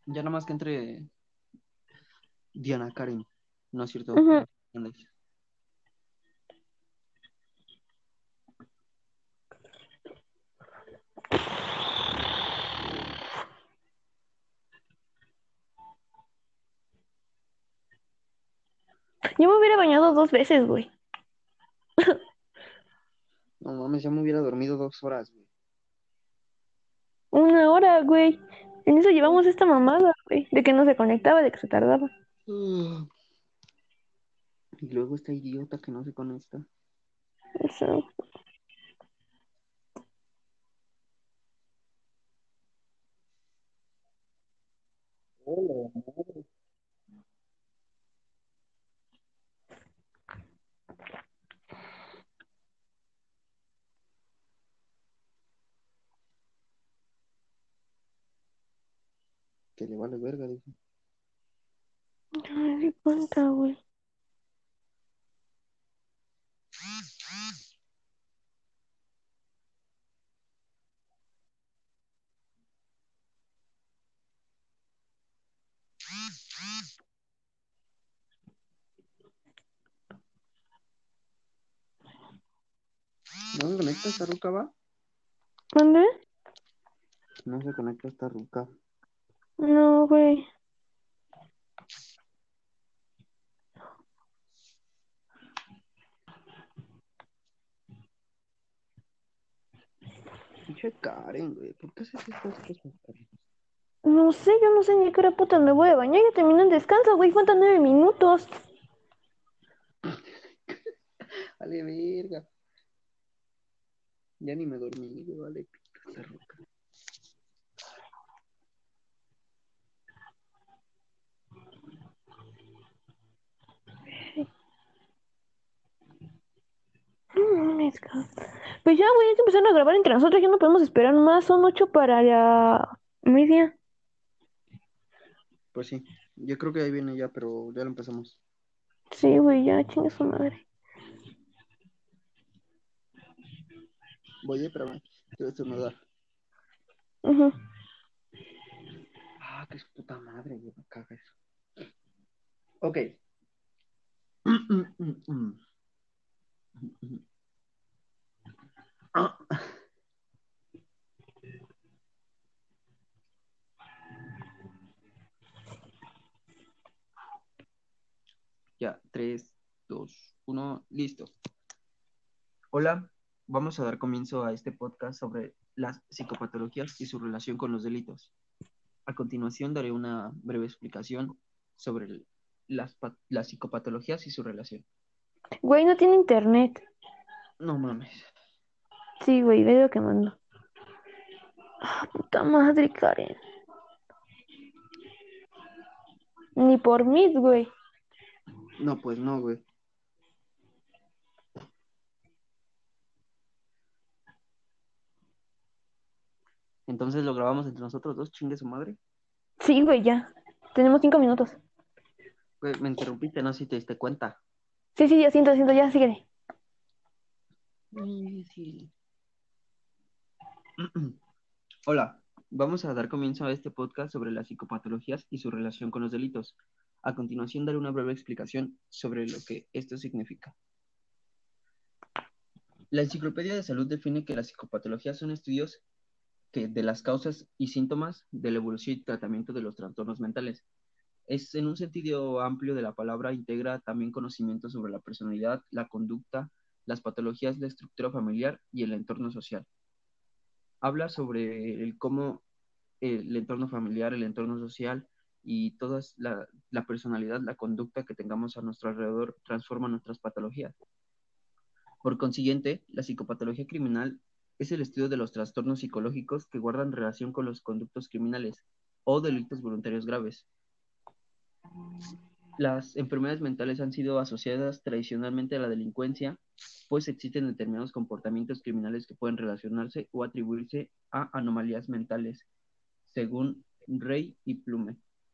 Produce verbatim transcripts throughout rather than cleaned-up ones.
Ya nada más que entre Diana Karen, ¿no es cierto? Ujú. Yo me hubiera bañado dos veces, güey. No mames, ya me hubiera dormido dos horas, güey. Una hora, güey. En eso llevamos esta mamada, güey. De que no se conectaba, de que se tardaba. Ah, y luego esta idiota que no se conecta. Eso. Hola. Que le vale verga, dijo. No me di cuenta, güey. No se conecta esta ruca, va. ¿Dónde? No se conecta esta ruca. No, güey. Pinche Karen, güey. ¿Por qué haces estas cosas, Karen? No sé, yo no sé ni a qué hora puta me voy a bañar. Ya terminé el descanso, güey. Faltan nueve minutos. Vale, verga. Ya ni me dormí, güey. Vale, pito esta ruca. No mames, cabrón. Pues ya, güey, hay que empezar a grabar entre nosotros. Ya no podemos esperar más. Son ocho para la media. Pues sí. Yo creo que ahí viene ya, pero ya lo empezamos. Sí, güey, ya, chinga su madre. Voy, eh, espérame. Te voy a estornudar. Ujú. Ah, qué puta madre, güey. Me caga eso. Ok. Ya, tres, dos, uno, listo. Hola, vamos a dar comienzo a este podcast sobre las psicopatologías y su relación con los delitos. A continuación daré una breve explicación sobre el- las, pa- las psicopatologías y su relación. Güey, no tiene internet. No mames. Sí, güey, ve lo que mando. Ah, puta madre, Karen. Ni por mí, güey. No, pues no, güey. Entonces lo grabamos entre nosotros dos, chingue su madre. Sí, güey, ya. Tenemos cinco minutos. Güey, me interrumpiste, no sé si te diste cuenta. Sí, sí, ya siento, siento, ya, síguele. Mm, sí. Hola, vamos a dar comienzo a este podcast sobre las psicopatologías y su relación con los delitos. A continuación daré una breve explicación sobre lo que esto significa. La Enciclopedia de Salud define que las psicopatologías son estudios que de las causas y síntomas de la evolución y tratamiento de los trastornos mentales. Es en un sentido amplio de la palabra, integra también conocimientos sobre la personalidad, la conducta, las patologías, la estructura familiar y el entorno social. Habla sobre el cómo el entorno familiar, el entorno social y toda la, la personalidad, la conducta que tengamos a nuestro alrededor transforma nuestras patologías. Por consiguiente, la psicopatología criminal es el estudio de los trastornos psicológicos que guardan relación con los conductos criminales o delitos voluntarios graves. Las enfermedades mentales han sido asociadas tradicionalmente a la delincuencia, pues existen determinados comportamientos criminales que pueden relacionarse o atribuirse a anomalías mentales, según Rey y Plume.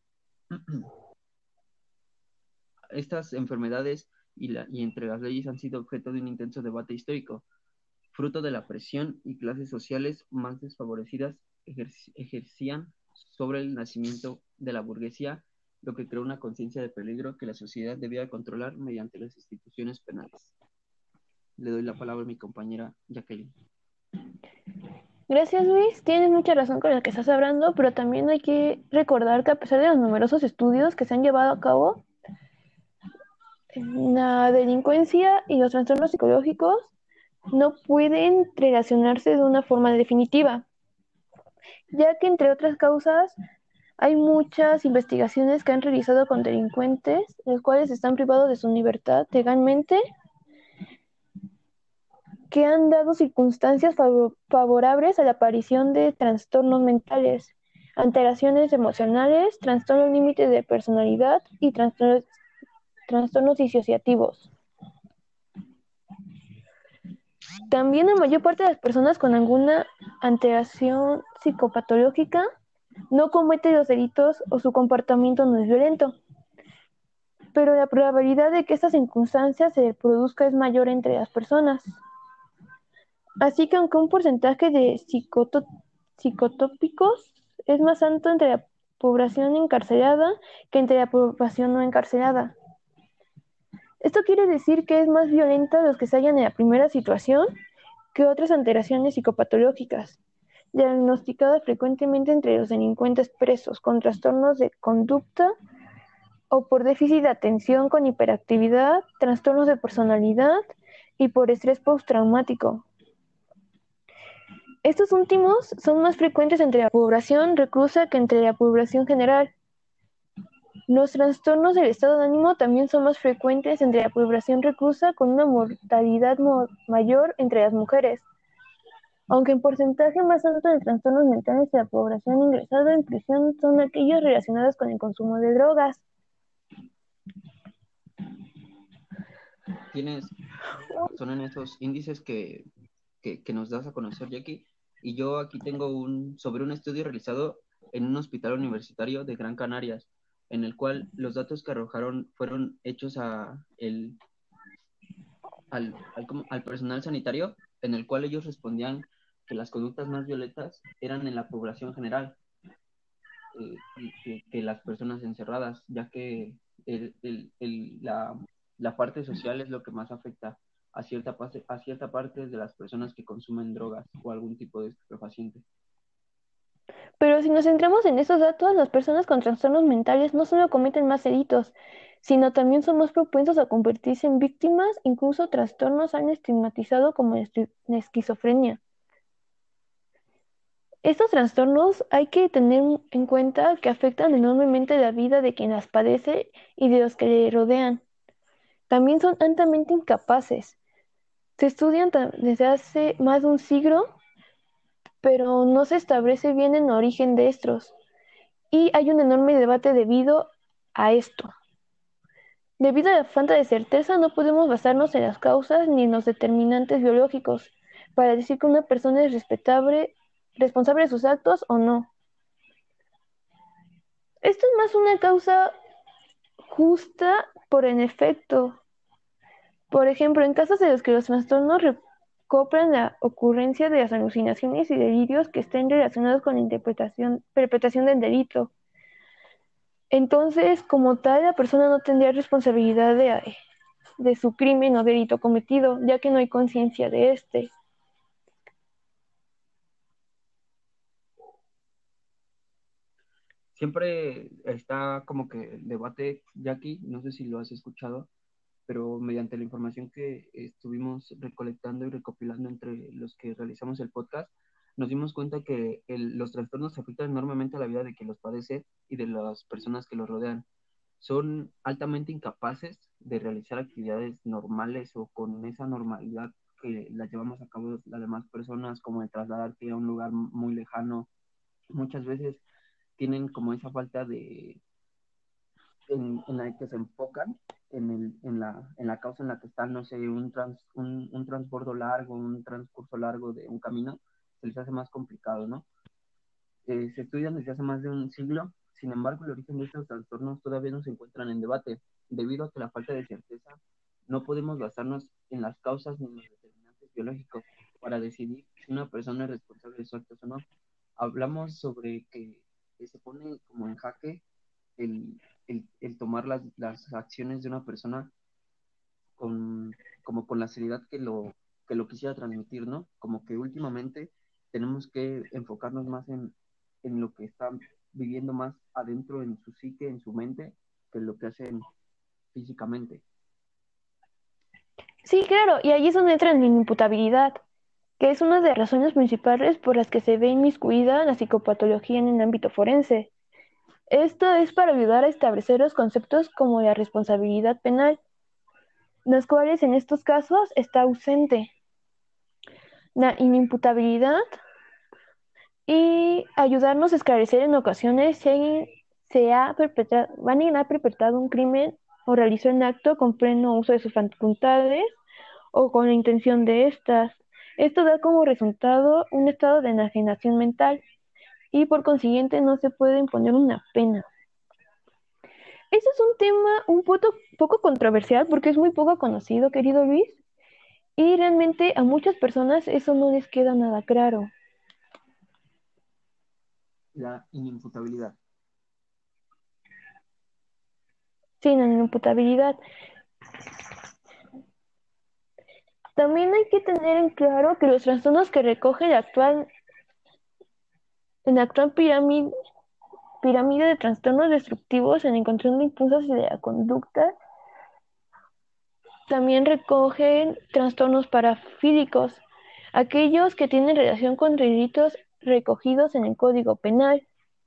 Estas enfermedades y, la, y entre las leyes han sido objeto de un intenso debate histórico, fruto de la presión y clases sociales más desfavorecidas ejer ejercían sobre el nacimiento de la burguesía, lo que creó una conciencia de peligro que la sociedad debía controlar mediante las instituciones penales. Le doy la palabra a mi compañera Jacqueline. Gracias, Luis. Tienes mucha razón con lo que estás hablando, pero también hay que recordar que a pesar de los numerosos estudios que se han llevado a cabo, la delincuencia y los trastornos psicológicos no pueden relacionarse de una forma definitiva, ya que entre otras causas hay muchas investigaciones que han realizado con delincuentes, los cuales están privados de su libertad legalmente, que han dado circunstancias fav- favorables a la aparición de trastornos mentales, alteraciones emocionales, trastornos límites de personalidad y trastornos, trastornos disociativos. También la mayor parte de las personas con alguna alteración psicopatológica no comete los delitos o su comportamiento no es violento, pero la probabilidad de que estas circunstancias se produzca es mayor entre las personas. Así que aunque un porcentaje de psicoto- psicotópicos es más alto entre la población encarcelada que entre la población no encarcelada. Esto quiere decir que es más violenta los que se hallan en la primera situación que otras alteraciones psicopatológicas, diagnosticadas frecuentemente entre los delincuentes presos con trastornos de conducta o por déficit de atención con hiperactividad, trastornos de personalidad y por estrés postraumático. Estos últimos son más frecuentes entre la población reclusa que entre la población general. Los trastornos del estado de ánimo también son más frecuentes entre la población reclusa, con una mortalidad mo- mayor entre las mujeres, aunque en porcentaje más alto de trastornos mentales de la población ingresada en prisión son aquellos relacionados con el consumo de drogas. Tienes razón en esos índices que, que, que nos das a conocer, Jackie. Y yo aquí tengo un, sobre un estudio realizado en un hospital universitario de Gran Canarias, en el cual los datos que arrojaron fueron hechos a el, al, al, como- al personal sanitario, en el cual ellos respondían que las conductas más violentas eran en la población general, eh, que, que- que las personas encerradas, ya que el, el, el- la, la parte social es lo que más afecta a cierta, parte, a cierta parte de las personas que consumen drogas o algún tipo de estupefaciente. Pero si nos centramos en estos datos, las personas con trastornos mentales no solo cometen más delitos, sino también son más propensos a convertirse en víctimas, incluso trastornos han estigmatizado como esti- esquizofrenia. Estos trastornos hay que tener en cuenta que afectan enormemente la vida de quien las padece y de los que le rodean. También son altamente incapaces. Se estudian ta- desde hace más de un siglo, pero no se establece bien el origen de estos. Y hay un enorme debate debido a esto. Debido a la falta de certeza, no podemos basarnos en las causas ni en los determinantes biológicos para decir que una persona es respetable, responsable de sus actos o no. Esto es más una causa justa por el efecto. Por ejemplo, en casos en los que los trastornos recoplan la ocurrencia de las alucinaciones y delirios que estén relacionados con la interpretación, perpetración del delito. Entonces, como tal, la persona no tendría responsabilidad de, de su crimen o delito cometido, ya que no hay conciencia de este. Siempre está como que el debate, Jackie, no sé si lo has escuchado, pero mediante la información que estuvimos recolectando y recopilando entre los que realizamos el podcast, nos dimos cuenta que el, los trastornos afectan enormemente a la vida de quien los padece y de las personas que los rodean. Son altamente incapaces de realizar actividades normales o con esa normalidad que las llevamos a cabo las demás personas, como el trasladarte a un lugar muy lejano. Muchas veces tienen como esa falta de, en, en la que se enfocan en, el, en, la, en la causa en la que están, no sé, un, trans, un, un transbordo largo, un transcurso largo de un camino, se les hace más complicado, ¿no? Eh, se estudian desde hace más de un siglo, sin embargo, el origen de estos trastornos todavía no se encuentran en debate, debido a que la falta de certeza no podemos basarnos en las causas ni en los determinantes biológicos para decidir si una persona es responsable de sus actos o no. Hablamos sobre que, que se pone como en jaque el, el, el tomar las, las acciones de una persona con, como con la seriedad que lo, que lo quisiera transmitir, ¿no? Como que últimamente tenemos que enfocarnos más en, en lo que están viviendo más adentro en su psique, en su mente, que lo que hacen físicamente. Sí, claro, y ahí es donde entra la inimputabilidad, que es una de las razones principales por las que se ve inmiscuida la psicopatología en el ámbito forense. Esto es para ayudar a establecer los conceptos como la responsabilidad penal, los cuales en estos casos está ausente. La inimputabilidad y ayudarnos a esclarecer en ocasiones si se ha perpetrado, alguien ha perpetrado un crimen o realizó un acto con pleno uso de sus facultades o con la intención de estas. Esto da como resultado un estado de enajenación mental y por consiguiente no se puede imponer una pena. Ese es un tema un poco, poco controversial porque es muy poco conocido, querido Luis, y realmente a muchas personas eso no les queda nada claro. La inimputabilidad. Sin la inimputabilidad. También hay que tener en claro que los trastornos que recoge la actual, en la actual pirámide, pirámide de trastornos destructivos en el control de impulsos y de la conducta también recogen trastornos parafílicos, aquellos que tienen relación con delitos recogidos en el Código Penal.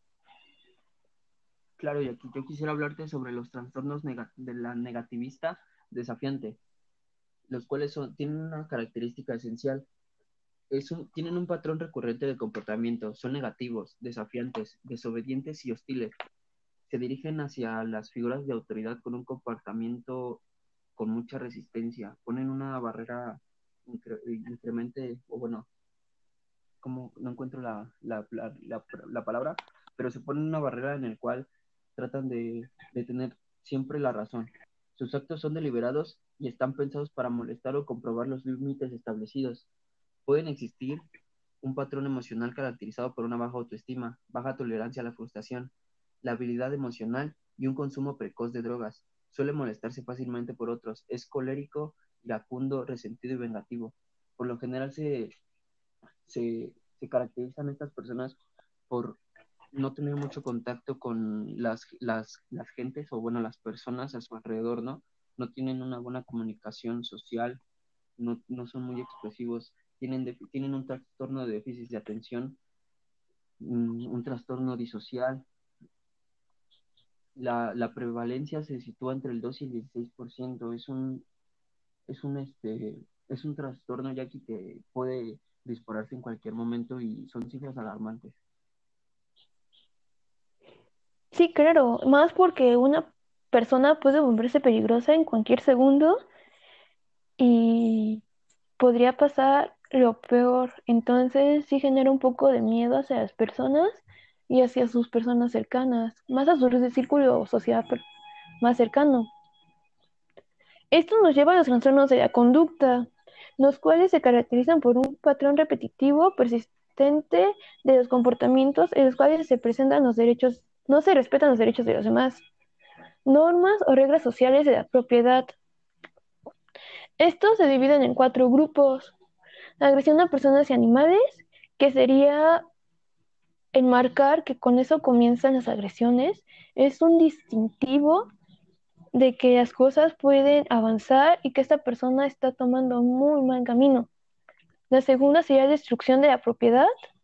Claro, y aquí yo quisiera hablarte sobre los trastornos nega- de la negativista desafiante, los cuales son, tienen una característica esencial. Es un, tienen un patrón recurrente de comportamiento, son negativos, desafiantes, desobedientes y hostiles. Se dirigen hacia las figuras de autoridad con un comportamiento con mucha resistencia, ponen una barrera incre- incremente, o bueno, como no encuentro la, la, la, la, la palabra, pero se ponen una barrera en el cual tratan de, de tener siempre la razón. Sus actos son deliberados y están pensados para molestar o comprobar los límites establecidos. Pueden existir un patrón emocional caracterizado por una baja autoestima, baja tolerancia a la frustración, la habilidad emocional y un consumo precoz de drogas. Suele molestarse fácilmente por otros, es colérico, iracundo, resentido y vengativo. Por lo general se, se, se caracterizan estas personas por no tener mucho contacto con las, las, las gentes o bueno, las personas a su alrededor, ¿no? No tienen una buena comunicación social, no, no son muy expresivos, tienen, de, tienen un trastorno de déficit de atención, un, un trastorno disocial. La, la prevalencia se sitúa entre el dos y el dieciséis por ciento. Es un, es un, este, es un trastorno ya que te puede dispararse en cualquier momento y son cifras alarmantes. Sí, claro, más porque una persona puede volverse peligrosa en cualquier segundo y podría pasar lo peor. Entonces sí genera un poco de miedo hacia las personas y hacia sus personas cercanas, más a su círculo social más cercano. Esto nos lleva a los trastornos de la conducta, los cuales se caracterizan por un patrón repetitivo, persistente de los comportamientos en los cuales se presentan los derechos, no se respetan los derechos de los demás, normas o reglas sociales de la propiedad. Estos se dividen en cuatro grupos. La agresión a personas y animales, que sería enmarcar que con eso comienzan las agresiones, es un distintivo de que las cosas pueden avanzar y que esta persona está tomando un muy mal camino. La segunda sería destrucción de la propiedad.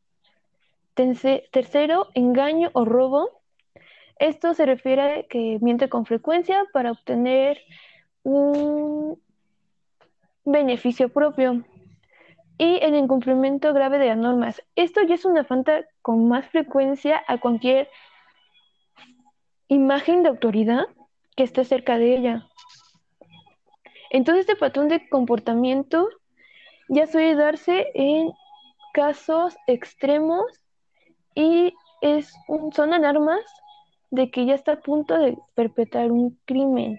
Tercero, engaño o robo. Esto se refiere a que miente con frecuencia para obtener un beneficio propio. Y el incumplimiento grave de las normas. Esto ya es una falta con más frecuencia a cualquier imagen de autoridad que esté cerca de ella. Entonces, este patrón de comportamiento ya suele darse en casos extremos y es un, son alarmas de que ya está a punto de perpetrar un crimen.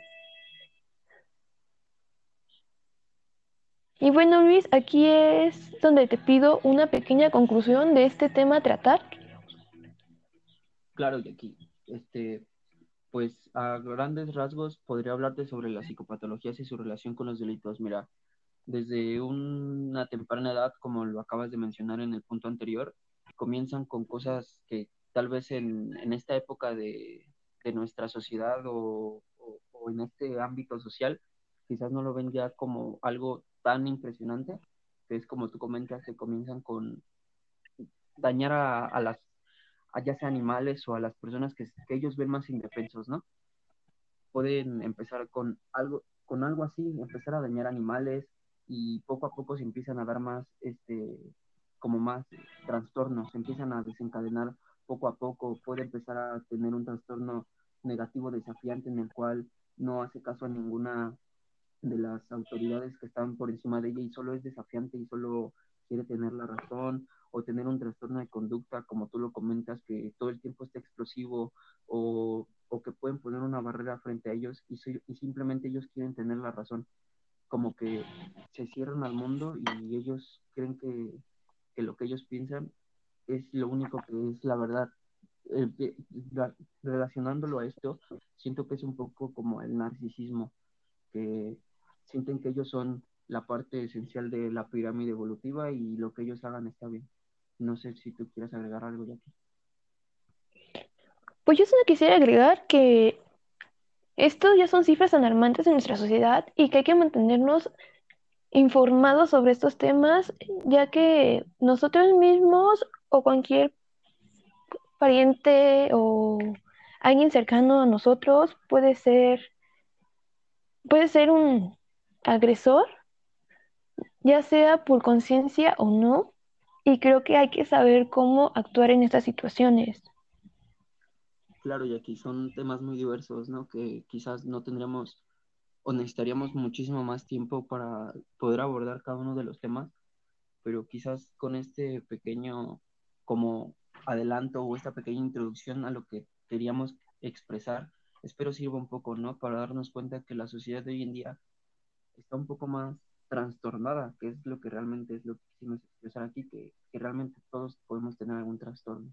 Y bueno, Luis, aquí es donde te pido una pequeña conclusión de este tema a tratar. Claro, y aquí, este, Pues a grandes rasgos podría hablarte sobre las psicopatologías y su relación con los delitos. Mira, desde una temprana edad, como lo acabas de mencionar en el punto anterior, comienzan con cosas que tal vez en, en esta época de, de nuestra sociedad o, o, o en este ámbito social, quizás no lo ven ya como algo tan impresionante, que es como tú comentas, que comienzan con dañar a, a las, a ya sea animales o a las personas que, que ellos ven más indefensos, ¿no? Pueden empezar con algo, con algo así, empezar a dañar animales y poco a poco se empiezan a dar más, este, como más trastornos, se empiezan a desencadenar poco a poco, puede empezar a tener un trastorno negativo desafiante en el cual no hace caso a ninguna de las autoridades que están por encima de ella y solo es desafiante y solo quiere tener la razón o tener un trastorno de conducta, como tú lo comentas, que todo el tiempo está explosivo o, o que pueden poner una barrera frente a ellos y, soy, y simplemente ellos quieren tener la razón, como que se cierran al mundo y ellos creen que, que lo que ellos piensan es lo único que es la verdad. Eh, eh, relacionándolo a esto, siento que es un poco como el narcisismo, que sienten que ellos son la parte esencial de la pirámide evolutiva y lo que ellos hagan está bien. No sé si tú quieres agregar algo ya aquí. Pues yo solo quisiera agregar que estos ya son cifras alarmantes en nuestra sociedad y que hay que mantenernos informados sobre estos temas, ya que nosotros mismos o cualquier pariente o alguien cercano a nosotros puede ser, puede ser un agresor, ya sea por conciencia o no, y creo que hay que saber cómo actuar en estas situaciones. Claro, y aquí son temas muy diversos, ¿no? Que quizás no tendríamos o necesitaríamos muchísimo más tiempo para poder abordar cada uno de los temas, pero quizás con este pequeño como adelanto o esta pequeña introducción a lo que queríamos expresar, espero sirva un poco, ¿no? Para darnos cuenta que la sociedad de hoy en día está un poco más trastornada, que es lo que realmente es lo que quisimos expresar aquí, que, que realmente todos podemos tener algún trastorno.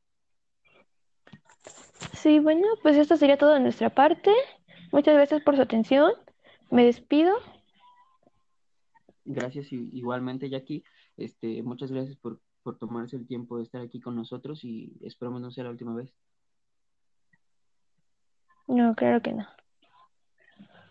Sí, bueno, pues esto sería todo de nuestra parte. Muchas gracias por su atención. Me despido. Gracias y, igualmente, Jackie. Este, muchas gracias por, por tomarse el tiempo de estar aquí con nosotros y esperamos no sea la última vez. No, claro que no.